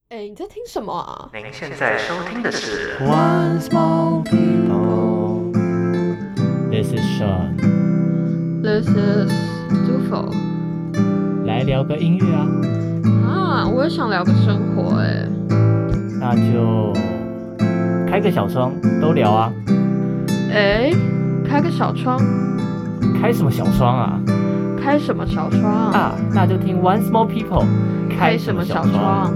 你在听什么啊？ 您现在收听的是 One small people. This is Sean. This is Dufo 来聊个音乐啊， 我也想聊个生活那就开个小窗都聊啊。 开个小窗， 开什么小窗啊？ 开什么小窗啊，那就听 One small people。 开什么小窗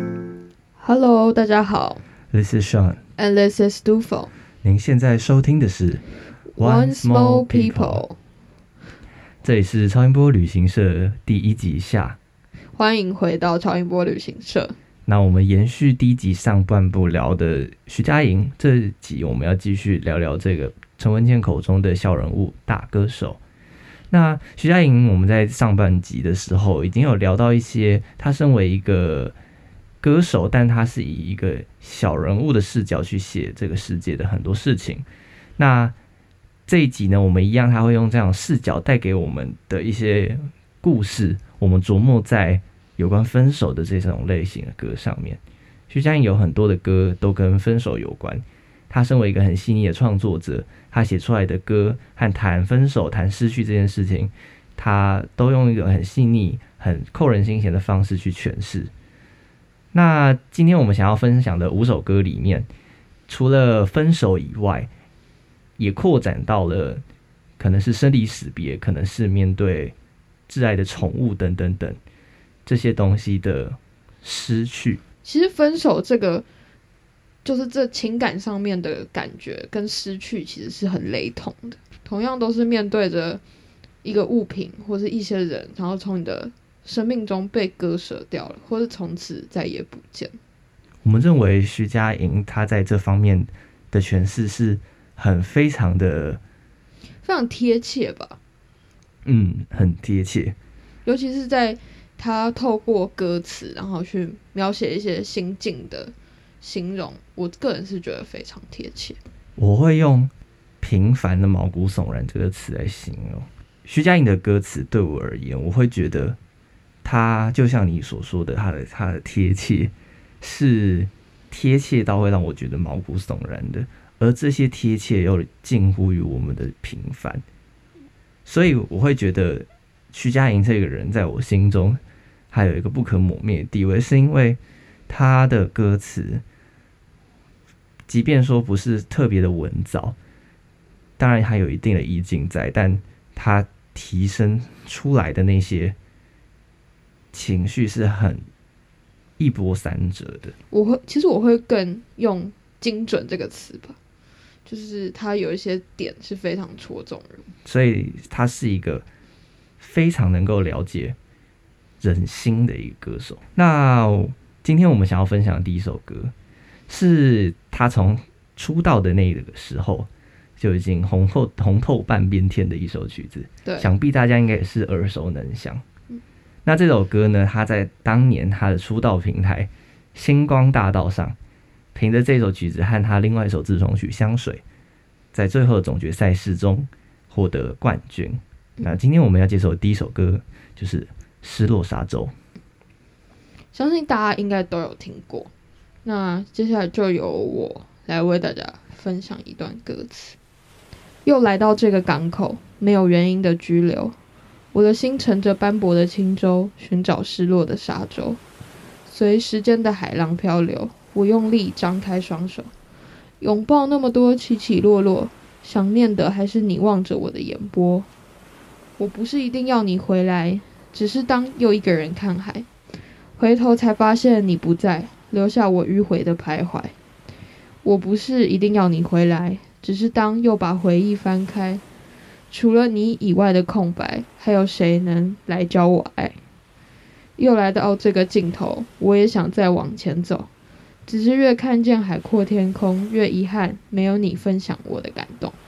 ？Hello， 大家好 This is Sean， ，and this is Dufo 您现在收听的是 One Small People。 这里是超音波旅行社第一集下。 欢迎回到超音波旅行社。 那我们延续第一集上半部聊的徐佳莹，这集我们要继续聊聊这个陈文茜口中的小人物大歌手。那徐佳莹，我们在上半集的时候已经有聊到一些，她身为一个歌手，但她是以一个小人物的视角去写这个世界的很多事情。那这一集呢，我们一样，他会用这样视角带给我们的一些故事，我们琢磨在有关分手的这种类型的歌上面。徐佳莹有很多的歌都跟分手有关，他身为一个很细腻的创作者，他写出来的歌和谈分手、谈失去这件事情，他都用一个很细腻、很扣人心弦的方式去诠释。那今天我们想要分享的5首歌里面，除了分手以外，也扩展到了可能是生离死别，可能是面对挚爱的宠物等等等这些东西的失去。 其实分手这个，就是这情感上面的感觉跟失去其实是很雷同的，同样都是面对着一个物品或是一些人，然后从你的生命中被割舍掉了，或是从此再也不见。 我们认为徐佳莹她在这方面的诠释是非常贴切吧， 很贴切， 尤其是在他透过歌词，然后去描写一些心境的形容，我个人是觉得非常贴切。 我会用平凡的毛骨悚然这个词来形容徐佳莹的歌词。对我而言，我会觉得他就像你所说的，他的贴切是贴切到会让我觉得毛骨悚然的，而这些贴切又近乎于我们的平凡，所以我会觉得徐佳莹这个人在我心中还有一个不可磨灭的地位，是因为他的歌词即便说不是特别的文藻，当然还有一定的意境在，但他提升出来的那些情绪是很一波三折的。 其实我会更用精准这个词吧，就是他有一些点是非常戳中人， 所以他是一个非常能够了解人心的一个歌手。那今天我们想要分享的第一首歌，是他从出道的那个时候就已经红透半边天的一首曲子， 对， 想必大家应该也是耳熟能详。那这首歌呢，他在当年他的出道平台星光大道上，凭着这首曲子和他另外一首自创曲《香水》，在最后的总决赛试中获得冠军。那今天我们要介绍的第一首歌就是《失落沙洲》， 相信大家应该都有听过。那接下来就由我来为大家分享一段歌词。又来到这个港口，没有原因的居留，我的心乘着斑驳的轻舟，寻找失落的沙洲。随时间的海浪漂流，我用力张开双手，拥抱那么多起起落落，想念的还是你望着我的眼波。我不是一定要你回来，只是当又一个人看海，回头才发现你不在，留下我迂回的徘徊。我不是一定要你回来，只是当又把回忆翻开，除了你以外的空白，还有谁能来教我爱？又来到这个尽头，我也想再往前走，只是越看见海阔天空，越遗憾没有你分享我的感动。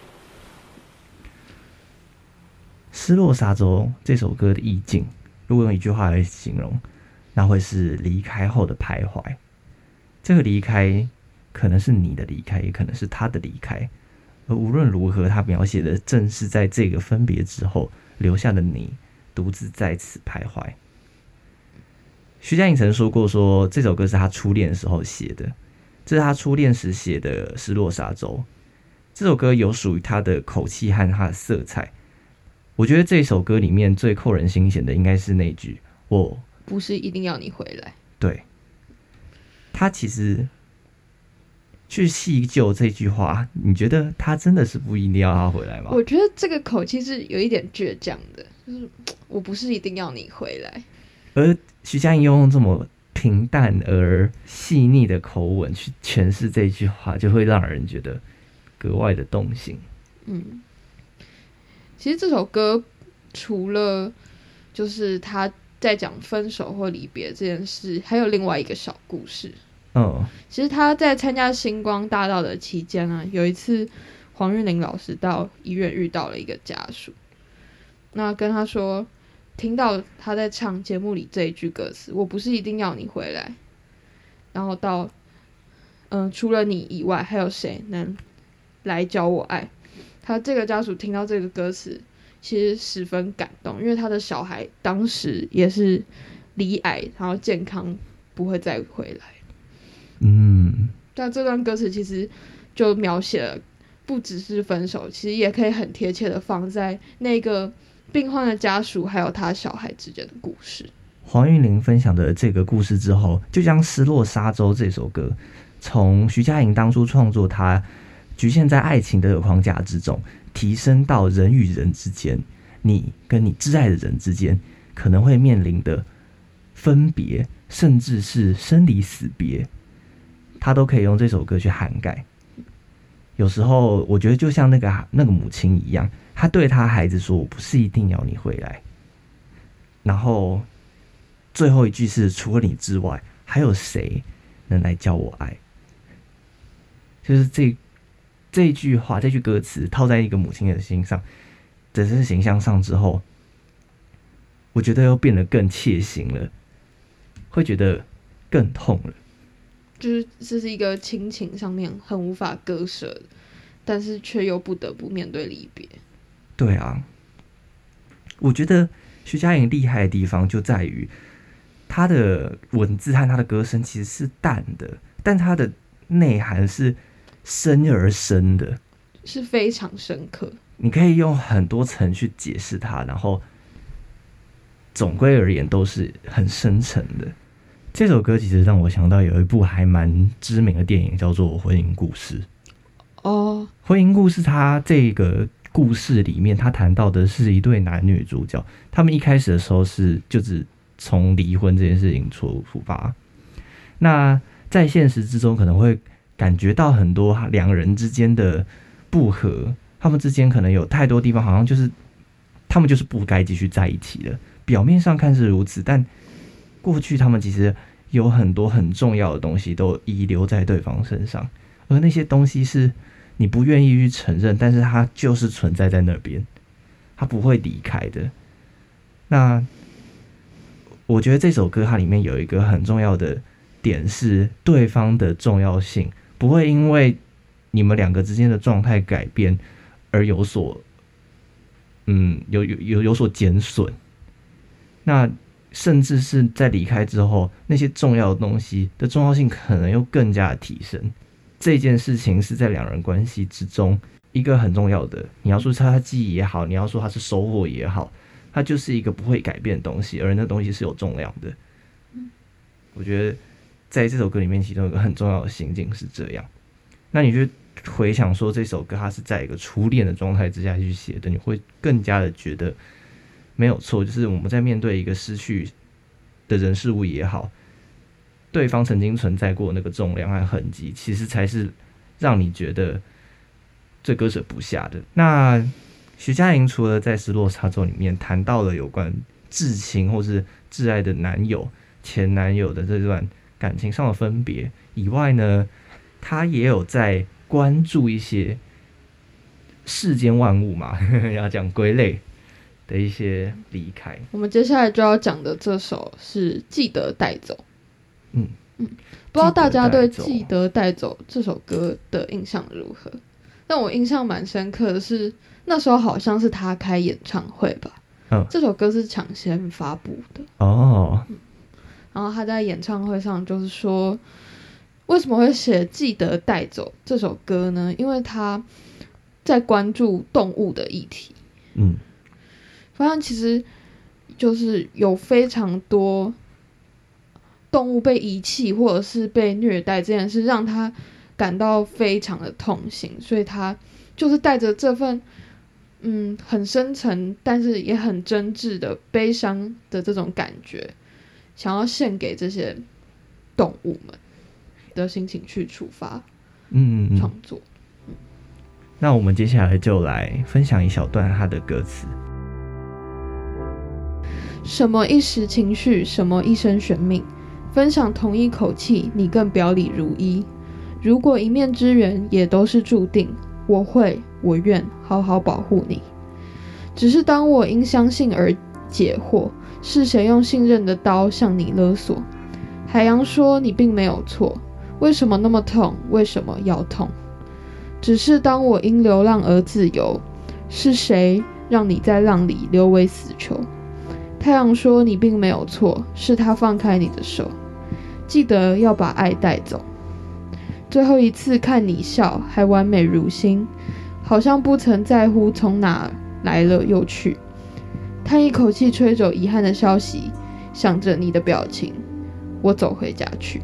失落沙洲这首歌的意境，如果用一句话来形容，那会是离开后的徘徊。这个离开可能是你的离开，也可能是他的离开，而无论如何，他描写的正是在这个分别之后留下的你独自在此徘徊。 徐佳莹曾说过说这首歌是他初恋的时候写的，这是他初恋时写的《失落沙洲》。这首歌有属于他的口气和他的色彩。我觉得这首歌里面最扣人心弦的应该是那句“我不是一定要你回来”。 对，他其实去细究这句话，你觉得他真的是不一定要他回来吗？ 我觉得这个口气是有一点倔强的，就是我不是一定要你回来。 而徐佳莹用这么平淡而细腻的口吻去诠释这句话，就会让人觉得格外的动心。 其实这首歌除了就是他在讲分手或离别这件事，还有另外一个小故事。其实他在参加星光大道的期间啊，有一次黄韵玲老师到医院遇到了一个家属，那跟他说，听到他在唱节目里这一句歌词，我不是一定要你回来，然后到除了你以外还有谁能来教我爱。他这个家属听到这个歌词其实十分感动，因为他的小孩当时也是罹癌，然后健康不会再回来。但这段歌词其实就描写了不只是分手，其实也可以很贴切的放在那个病患的家属还有他小孩之间的故事。 黄韵玲分享的这个故事之后，就将《失落沙洲》这首歌从徐佳莹当初创作它局限在爱情的框架之中，提升到人与人之间，你跟你挚爱的人之间可能会面临的分别，甚至是生离死别，他都可以用这首歌去涵盖。有时候我觉得就像那个母亲一样，他对他孩子说，我不是一定要你回来，然后最后一句是除了你之外还有谁能来教我爱。就是这一句话，这句歌词套在一个母亲的心上的这形象上之后，我觉得又变得更切心了，会觉得更痛了。 就是这是一个亲情上面很无法割舍的，但是却又不得不面对离别。 对啊，我觉得徐佳莹厉害的地方就在于她的文字和她的歌声其实是淡的，但她的内涵是深而深的， 是非常深刻。 你可以用很多层去解释它，然后总归而言都是很深沉的。这首歌其实让我想到有一部还蛮知名的电影，叫做《婚姻故事》。婚姻故事它这个故事里面，他谈到的是一对男女主角，他们一开始的时候就是从离婚这件事情出发。那在现实之中可能会感觉到很多两人之间的不和，他们之间可能有太多地方好像就是他们就是不该继续在一起的。表面上看是如此，但过去他们其实有很多很重要的东西都遗留在对方身上，而那些东西是你不愿意去承认，但是它就是存在在那边，它不会离开的。那我觉得这首歌它里面有一个很重要的点是对方的重要性不会因为你们两个之间的状态改变而有所有所减损。那甚至是在离开之后，那些重要的东西的重要性可能又更加的提升。这件事情是在两人关系之中一个很重要的，你要说它记忆也好，你要说它是收获也好，它就是一个不会改变的东西，而那东西是有重量的。我觉得在这首歌里面，其中有一个很重要的心境是这样。那你就回想说，这首歌它是在一个初恋的状态之下去写的，你会更加的觉得没有错，就是我们在面对一个失去的人事物也好，对方曾经存在过那个重量和痕迹，其实才是让你觉得最割舍不下的。那徐佳莹除了在《失落沙洲》里面谈到了有关至亲或是挚爱的男友、前男友的这段感情上的分别以外呢，她也有在关注一些世间万物嘛，要讲归类的一些离开。 我们接下来就要讲的这首是《记得带走》。不知道大家对《记得带走》这首歌的印象如何？但我印象蛮深刻的是，那时候好像是他开演唱会吧，这首歌是抢先发布的。 然后他在演唱会上就是说，为什么会写《记得带走》这首歌呢？因为他在关注动物的议题。发现其实就是有非常多动物被遗弃或者是被虐待这件事，让他感到非常的痛心，所以他就是带着这份很深沉但是也很真挚的悲伤的这种感觉，想要献给这些动物们的心情去出发创作。 那我们接下来就来分享一小段他的歌词。 什么一时情绪，什么一生悬命，分享同一口气，你更表里如一。如果一面之缘也都是注定，我愿好好保护你。只是当我因相信而解惑，是谁用信任的刀向你勒索？海洋说你并没有错，为什么那么痛？为什么要痛？只是当我因流浪而自由，是谁让你在浪里留为死囚？太阳说你并没有错，是他放开你的手，记得要把爱带走。最后一次看你笑，还完美如新，好像不曾在乎从哪来了又去。叹一口气，吹走遗憾的消息，想着你的表情，我走回家去。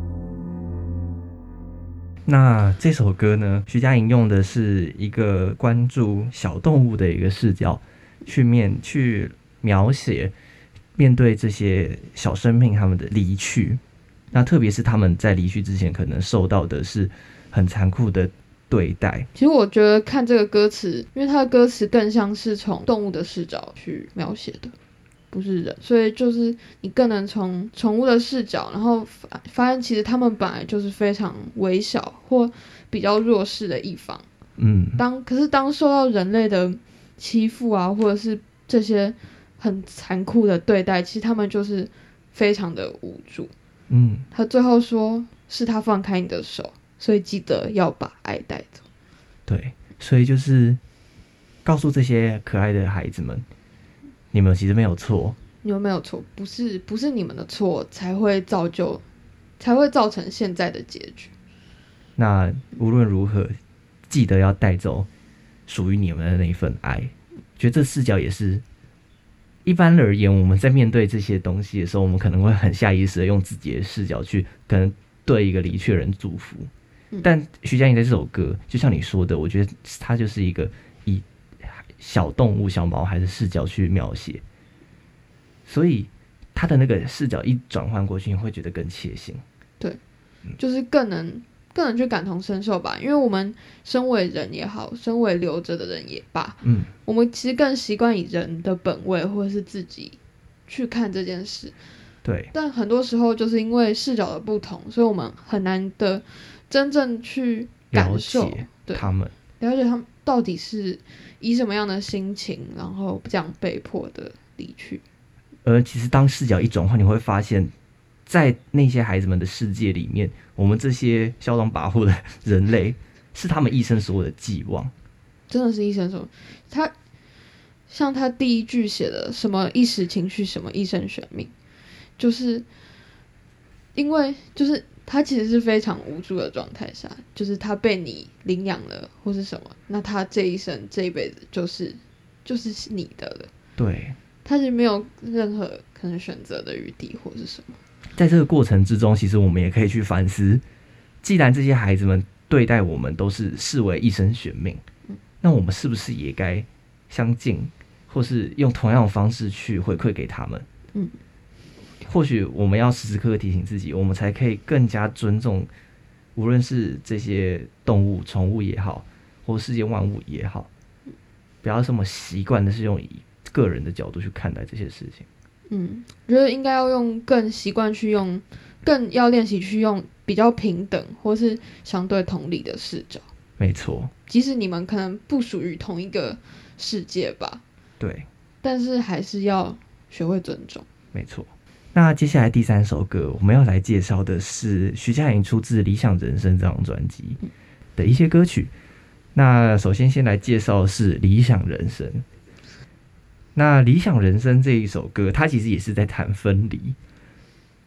那这首歌呢，徐佳莹用的是一个关注小动物的一个视角，去描写面对这些小生命他们的离去。那特别是他们在离去之前可能受到的是很残酷的对待。 其实我觉得看这个歌词，因为它的歌词更像是从动物的视角去描写的，不是人，所以就是你更能从宠物的视角，然后发现其实他们本来就是非常微小或比较弱势的一方。可是当受到人类的欺负啊，或者是这些很残酷的对待，其实他们就是非常的无助。他最后说是他放开你的手，所以记得要把爱带走。 对，所以就是告诉这些可爱的孩子们，你们其实没有错， 你们没有错，不是你们的错才会造成现在的结局。 那无论如何，记得要带走属于你们的那一份爱。觉得这视角也是，一般而言，我们在面对这些东西的时候，我们可能会很下意识的用自己的视角去可能对一个离去的人祝福。但徐佳莹在这首歌，就像你说的，我觉得它就是一个以小动物、小毛孩的视角去描写，所以他的那个视角一转换过去，你会觉得更切心。 对，就是更能去感同身受吧。因为我们身为人也好，身为留着的人也罢，我们其实更习惯以人的本位或者是自己去看这件事。 对， 但很多时候就是因为视角的不同，所以我们很难的真正去感受了解他们到底是以什么样的心情，然后这样被迫的离去。 而其实当视角一转换，你会发现在那些孩子们的世界里面，我们这些嚣张跋扈的人类是他们一生所有的寄望， 真的是一生所有。像他第一句写的什么一时情绪，什么一生悬命，就是因为就是他其实是非常无助的状态下，就是他被你领养了或是什么，那他这一生这一辈子就是你的了。 对， 他就没有任何可能选择的余地或是什么。 在这个过程之中，其实我们也可以去反思，既然这些孩子们对待我们都是视为一生悬命，那我们是不是也该相敬，或是用同样的方式去回馈给他们？或许我们要时时刻刻提醒自己，我们才可以更加尊重，无论是这些动物、宠物也好，或世界万物也好，不要这么习惯的是用以个人的角度去看待这些事情。 我觉得应该要用更习惯去用，更要练习去用比较平等或是相对同理的视角。 没错， 即使你们可能不属于同一个世界吧， 对， 但是还是要学会尊重。 没错。那接下来第三首歌，我们要来介绍的是徐佳莹出自《理想人生》这张专辑的一些歌曲。那首先来介绍的是《理想人生》。那《理想人生》这一首歌，它其实也是在谈分离。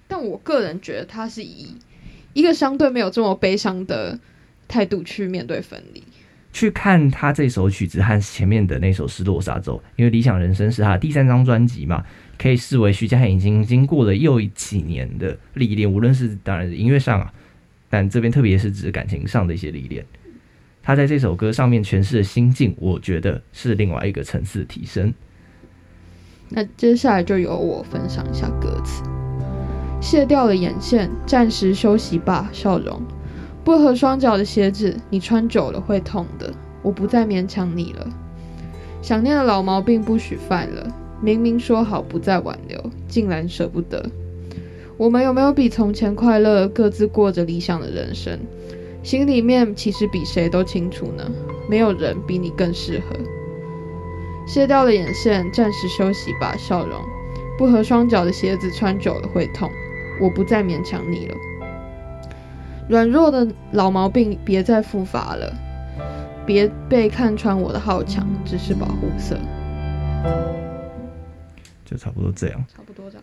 但我个人觉得他是以一个相对没有这么悲伤的态度去面对分离。 去看他这首曲子和前面的那首《失落沙洲》，因为《理想人生》是他的第3张专辑嘛，可以视为徐佳莹已经经过了又几年的历练，无论是当然是音乐上啊，但这边特别是指感情上的一些历练。他在这首歌上面诠释的心境，我觉得是另外一个层次的提升。 那接下来就由我分享一下歌词。卸掉了眼线，暂时休息吧，笑容。不合双脚的鞋子，你穿久了会痛的。我不再勉强你了。想念的老毛病不许犯了。明明说好不再挽留，竟然舍不得。我们有没有比从前快乐，各自过着理想的人生？心里面其实比谁都清楚呢。没有人比你更适合。卸掉了眼线，暂时休息吧，笑容。不合双脚的鞋子穿久了会痛。我不再勉强你了。软弱的老毛病别再复发了，别被看穿我的好强，只是保护色。 就差不多这样。 差不多这样。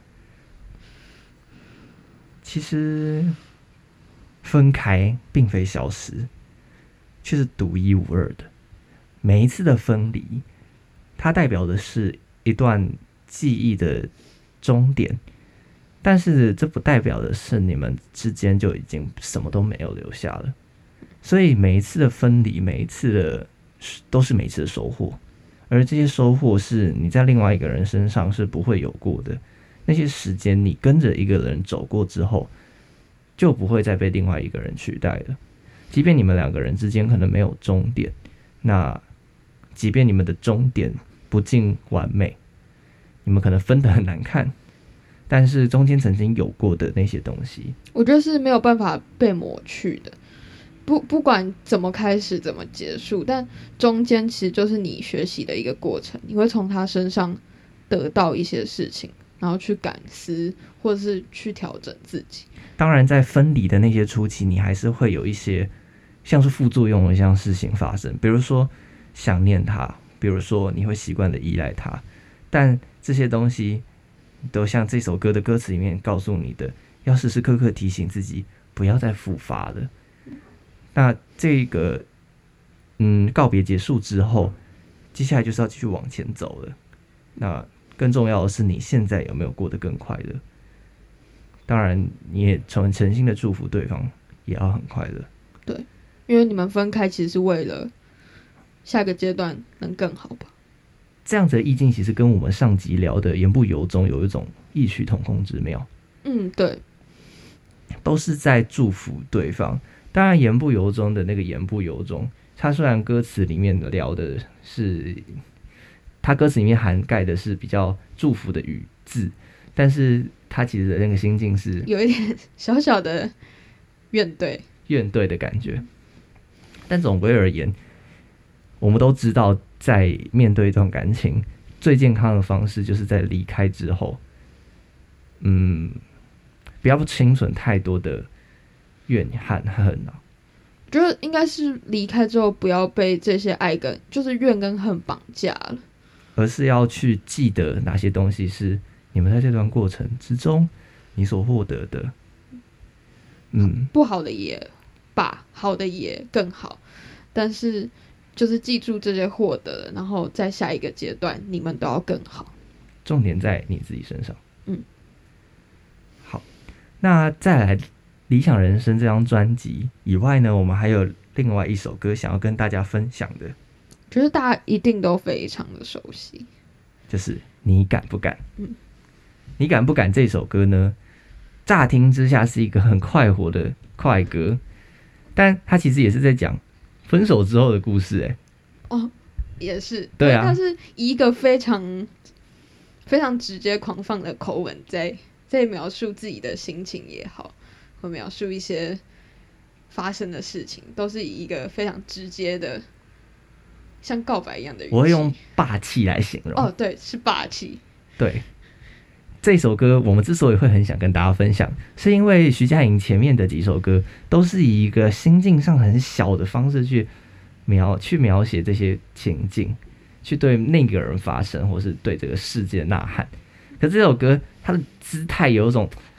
其实分开并非消失，却是独一无二的。每一次的分离，它代表的是一段记忆的终点，但是这不代表的是你们之间就已经什么都没有留下了。所以每一次的分离，每一次的都是每一次的收获，而这些收获是你在另外一个人身上是不会有过的。那些时间你跟着一个人走过之后，就不会再被另外一个人取代了。即便你们两个人之间可能没有终点，那即便你们的终点不尽完美，你们可能分得很难看，但是中间曾经有过的那些东西， 我觉得是没有办法被抹去的。不管怎么开始怎么结束，但中间其实就是你学习的一个过程，你会从他身上得到一些事情，然后去感思或者是去调整自己。 当然在分离的那些初期，你还是会有一些像是副作用的这样事情发生，比如说想念他，比如说你会习惯的依赖他，但这些东西都像这首歌的歌词里面告诉你的，要时时刻刻提醒自己不要再复发了。那这个告别结束之后，接下来就是要继续往前走了。那更重要的是，你现在有没有过得更快乐？当然，你也诚心的祝福对方也要很快乐。 对，因为你们分开其实是为了下个阶段能更好吧。 这样子的意境其实跟我们上集聊的言不由衷有一种异曲同工之妙。 对， 都是在祝福对方。当然言不由衷的那个言不由衷，它虽然歌词里面聊的是，它歌词里面涵盖的是比较祝福的语字，但是它其实的那个心境是有一点小小的怨怼的感觉。但总归而言，我们都知道在面对一段感情最健康的方式就是在离开之后不要心存太多的怨恨啊。 觉得应该是离开之后不要被这些爱跟就是怨跟恨绑架了， 而是要去记得哪些东西是你们在这段过程之中你所获得的。 不好的也罢，好的也更好，但是就是记住这些获得的，然后在下一个阶段你们都要更好。 重点在你自己身上。好，那再来《理想人生》这张专辑以外呢，我们还有另外一首歌想要跟大家分享的， 觉得大家一定都非常的熟悉， 就是你敢不敢。你敢不敢这首歌呢，乍听之下是一个很快活的快歌，但它其实也是在讲分手之后的故事。 也是， 对啊， 它是一个非常非常直接狂放的口吻在描述自己的心情也好，或描述一些发生的事情，都是以一个非常直接的像告白一样的语气。 我会用霸气来形容。 对，是霸气。 对，这首歌我们之所以会很想跟大家分享，是因为徐佳莹前面的几首歌都是以一个心境上很小的方式去描写这些情境，去对那个人发声，或是对这个世界呐喊。可是这首歌它的姿态有一种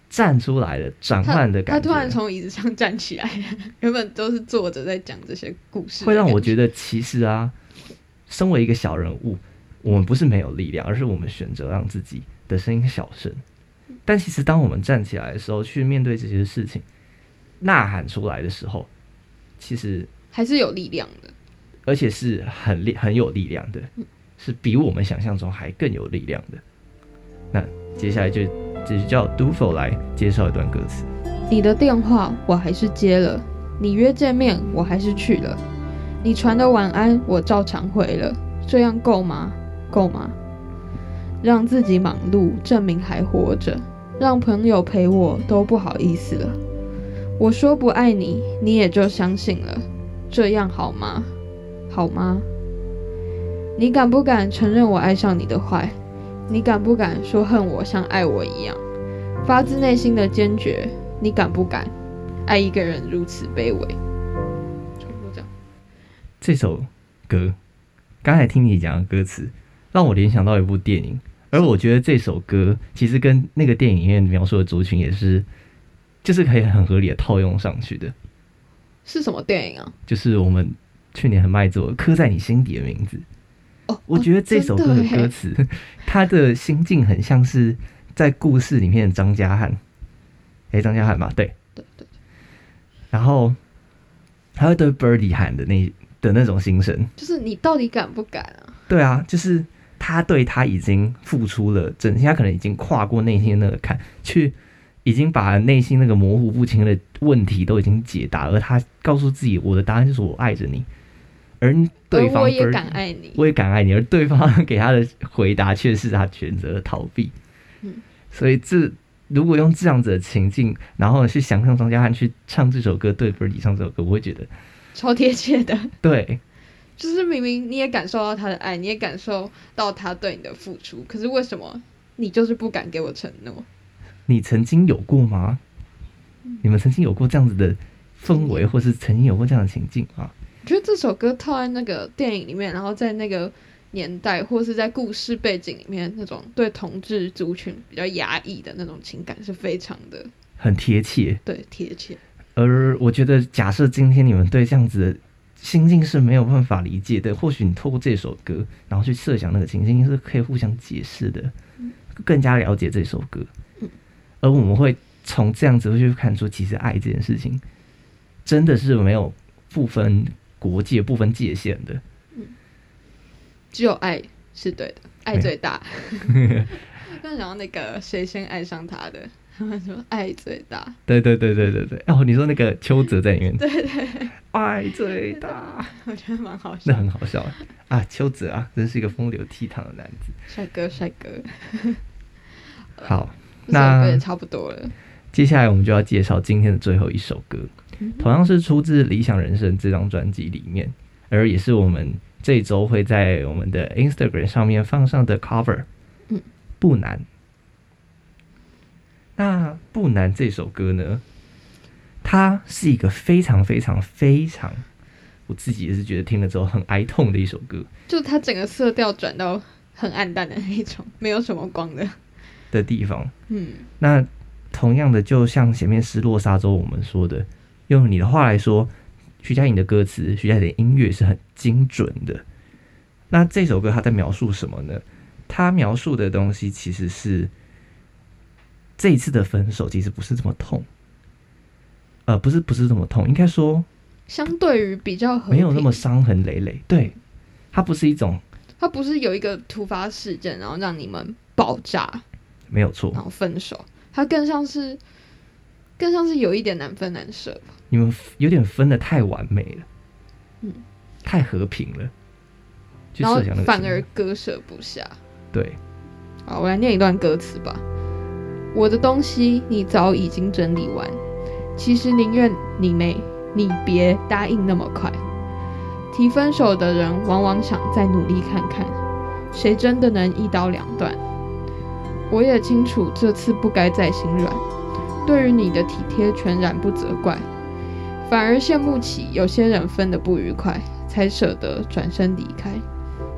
站出来的转换的感觉， 他突然从椅子上站起来，原本都是坐着在讲这些故事， 会让我觉得其实啊，身为一个小人物，我们不是没有力量，而是我们选择让自己的声音小声。但其实当我们站起来的时候，去面对这些事情，呐喊出来的时候，其实还是有力量的， 而且是很有力量的，是比我们想象中还更有力量的。那接下来就叫 Dufo 来介绍一段歌词。 你的电话我还是接了，你约见面我还是去了，你传的晚安我照常回了，这样够吗？够吗？让自己忙碌证明还活着，让朋友陪我都不好意思了。我说不爱你，你也就相信了，这样好吗？好吗？你敢不敢承认我爱上你的坏？你敢不敢说恨我像爱我一样？发自内心的坚决，你敢不敢爱一个人如此卑微？差不多这样。 这首歌，刚才听你讲的歌词，让我联想到一部电影，而我觉得这首歌其实跟那个电影里面描述的族群也是，就是可以很合理的套用上去的。 是什么电影啊？ 就是我们去年很卖座《刻在你心底的名字》。我觉得这首歌的歌词，他的心境很像是在故事里面的张家汉，张家汉嘛，对。然后他会对 Birdy 喊的那种心声， 就是你到底敢不敢啊？ 对啊，就是他对他已经付出了真心，他可能已经跨过内心的那个坎，去已经把内心那个模糊不清的问题都已经解答，而他告诉自己，我的答案就是我爱着你。而对方我也敢爱你， 我也敢爱你，而对方给他的回答却是他选择了逃避。所以如果用这样子的情境，然后去想象张家汉去唱这首歌，对 Birdy 唱这首歌，我会觉得超贴切的。 对， 就是明明你也感受到他的爱，你也感受到他对你的付出，可是为什么你就是不敢给我承诺？ 你曾经有过吗？你们曾经有过这样子的氛围，或是曾经有过这样的情境吗？ 我觉得这首歌套在那个电影里面，然后在那个年代或是在故事背景里面，那种对同志族群比较压抑的那种情感是非常的很贴切， 对，贴切。 而我觉得，假设今天你们对这样子的心境是没有办法理解的，或许你透过这首歌，然后去设想那个情境，是可以互相解释的，更加了解这首歌。而我们会从这样子会去看出，其实爱这件事情真的是没有不分国界、不分界限的。 只有爱是对的，爱最大。刚想到那个谁先爱上他的，他们说爱最大。 对。哦，你说那个邱泽在里面， 对， 爱最大， 我觉得蛮好笑。 那很好笑啊！邱泽啊，真是一个风流倜傥的男子， 帅哥。 好， 那也差不多了。 接下来我们就要介绍今天的最后一首歌，同样是出自《理想人生》这张专辑里面，而也是我们这一周会在我们的 Instagram 上面放上的 cover。不难。那不难这首歌呢，它是一个非常，我自己也是觉得听了之后很哀痛的一首歌， 就它整个色调转到很暗淡的那种，没有什么光的地方。那同样的，就像前面失落沙洲我们说的，用你的话来说，徐佳莹的歌词、徐佳莹的音乐是很精准的。那这首歌它在描述什么呢？它描述的东西其实是这一次的分手其实不是这么痛，不是这么痛，应该说相对于比较和平， 没有那么伤痕累累。对，它不是一种， 它不是有一个突发事件然后让你们爆炸， 没有错， 然后分手，它更像是有一点难分难舍吧。 你们有点分得太完美了，太和平了， 然后反而割舍不下。 对， 好，我来念一段歌词吧。我的东西你早已经整理完，其实宁愿你别答应那么快。提分手的人往往想再努力看看，谁真的能一刀两断？我也清楚这次不该再心软，对于你的体贴全然不责怪，反而羡慕起有些人分得不愉快，才舍得转身离开。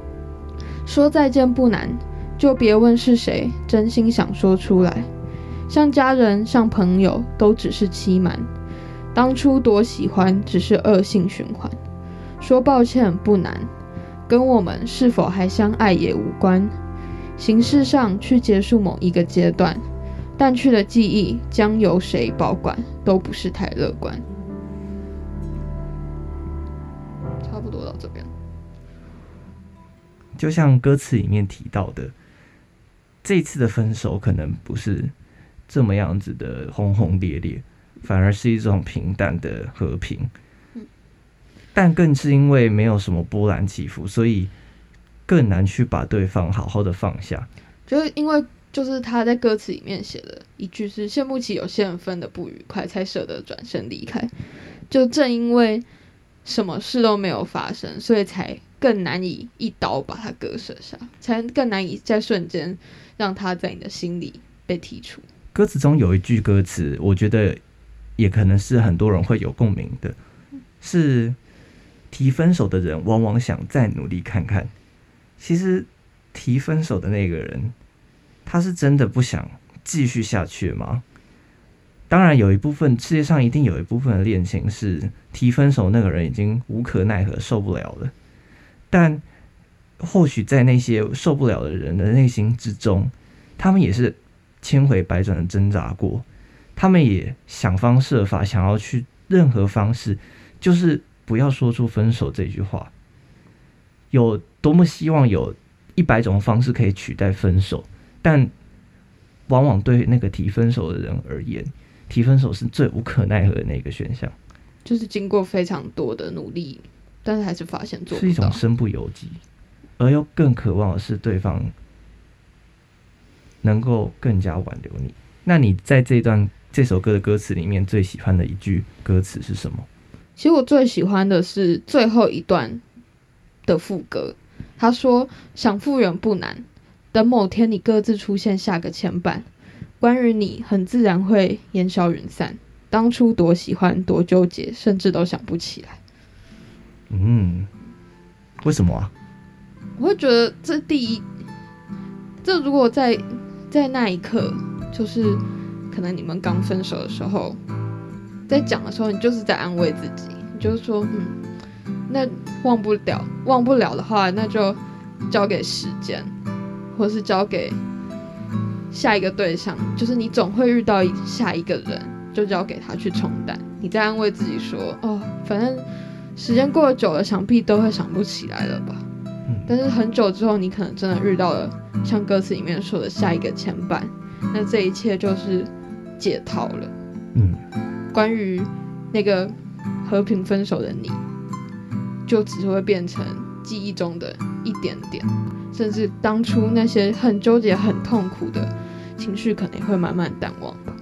说再见不难，就别问是谁真心想说出来。 像家人像朋友都只是欺瞒，当初多喜欢只是恶性循环。说抱歉不难，跟我们是否还相爱也无关。形式上去结束某一个阶段，淡去的记忆将由谁保管，都不是太乐观。差不多到这边。 就像歌词里面提到的，这一次的分手可能不是这么样子的轰轰烈烈，反而是一种平淡的和平。但更是因为没有什么波澜起伏，所以更难去把对方好好的放下。 就是因为就是他在歌词里面写的一句是羡慕起有些人分的不愉快，才舍得转身离开。就正因为什么事都没有发生，所以才更难以一刀把它割舍下，才更难以在瞬间让它在你的心里被剔除。 歌词中有一句歌词，我觉得也可能是很多人会有共鸣的，是提分手的人往往想再努力看看。其实提分手的那个人，他是真的不想继续下去吗？当然有一部分，世界上一定有一部分的恋情是提分手那个人已经无可奈何受不了了，但或许在那些受不了的人的内心之中，他们也是千回百转的挣扎过，他们也想方设法想要去任何方式，就是不要说出分手这句话。有多么希望有100种方式可以取代分手，但往往对那个提分手的人而言，提分手是最无可奈何的那个选项， 就是经过非常多的努力，但是还是发现做不到， 是一种身不由己，而又更渴望的是对方能够更加挽留你。那你在这首歌的歌词里面最喜欢的一句歌词是什么？ 其实我最喜欢的是最后一段的副歌，他说想复原不难，等某天你各自出现下个牵绊，关于你很自然会烟消云散，当初多喜欢多纠结，甚至都想不起来。 为什么啊？ 我会觉得这如果在那一刻，就是可能你们刚分手的时候，在讲的时候，你就是在安慰自己，你就是说那忘不了的话，那就交给时间，或是交给下一个对象，就是你总会遇到下一个人，就交给他去冲淡。你在安慰自己说，反正时间过得久了，想必都会想不起来了吧。但是很久之后，你可能真的遇到了像歌词里面说的下一个牵绊，那这一切就是解套了。关于那个和平分手的你，就只会变成记忆中的一点点，甚至当初那些很纠结很痛苦的情绪可能也会慢慢淡忘吧。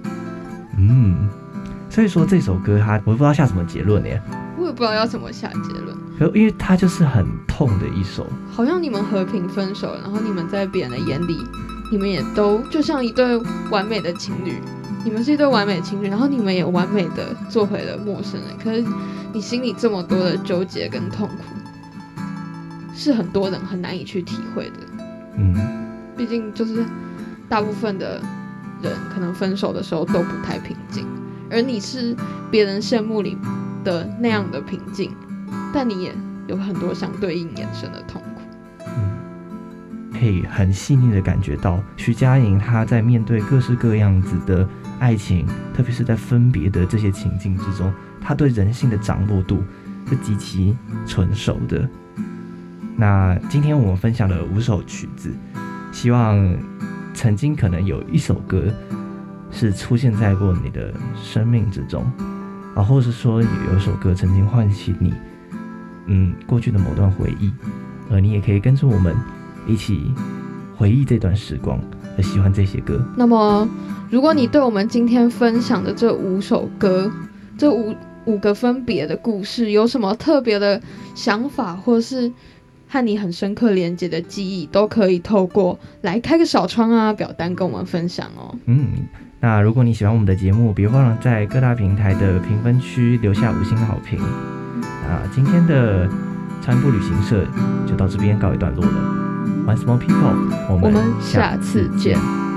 所以说这首歌我不知道下什么结论耶， 我也不知道要怎么下结论， 因为它就是很痛的一首， 好像你们和平分手，然后你们在别人的眼里，你们也都就像一对完美的情侣，你们是一对完美的情侣，然后你们也完美的做回了陌生人，可是你心里这么多的纠结跟痛苦，是很多人很难以去体会的。毕竟就是大部分的人可能分手的时候都不太平静，而你是别人羡慕里的那样的平静，但你也有很多相对应衍生的痛苦。 可以很细腻的感觉到徐佳莹她在面对各式各样子的爱情，特别是在分别的这些情境之中，她对人性的掌握度是极其纯熟的。那今天我们分享了5首曲子，希望曾经可能有一首歌是出现在过你的生命之中，或是说有一首歌曾经唤起你过去的某段回忆，而你也可以跟着我们一起回忆这段时光，而喜欢这些歌。 那么如果你对我们今天分享的这5首歌，这五个分别的故事有什么特别的想法，或是和你很深刻连接的记忆，都可以透过来开个小窗表单跟我们分享哦。 那如果你喜欢我们的节目，别忘了在各大平台的评分区留下5星好评。那今天的超音波旅行社就到这边告一段落了。One Small People， 我们下次见。